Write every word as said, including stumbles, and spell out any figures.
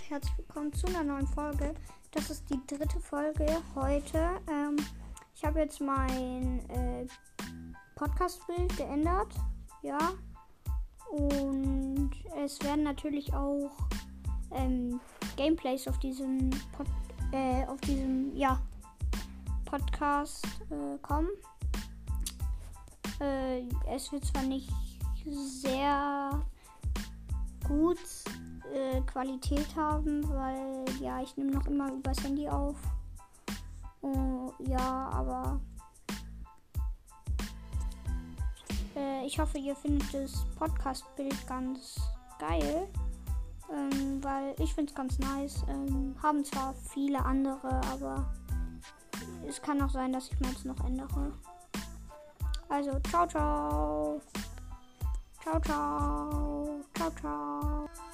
herzlich willkommen zu einer neuen Folge. Das ist die dritte Folge heute. Ähm, ich habe jetzt mein äh, Podcast-Bild geändert, ja. Und es werden natürlich auch ähm, Gameplays auf diesem Pod, äh, auf diesem ja, Podcast äh, kommen. Äh, es wird zwar nicht sehr gut äh, Qualität haben, weil ja, ich nehme noch immer übers Handy auf. Uh, ja, aber äh, ich hoffe, ihr findet das Podcast-Bild ganz geil, ähm, weil ich finde es ganz nice. Ähm, haben zwar viele andere, aber es kann auch sein, dass ich meins noch ändere. Also, ciao, ciao. Ciao, ciao. Ciao, ciao.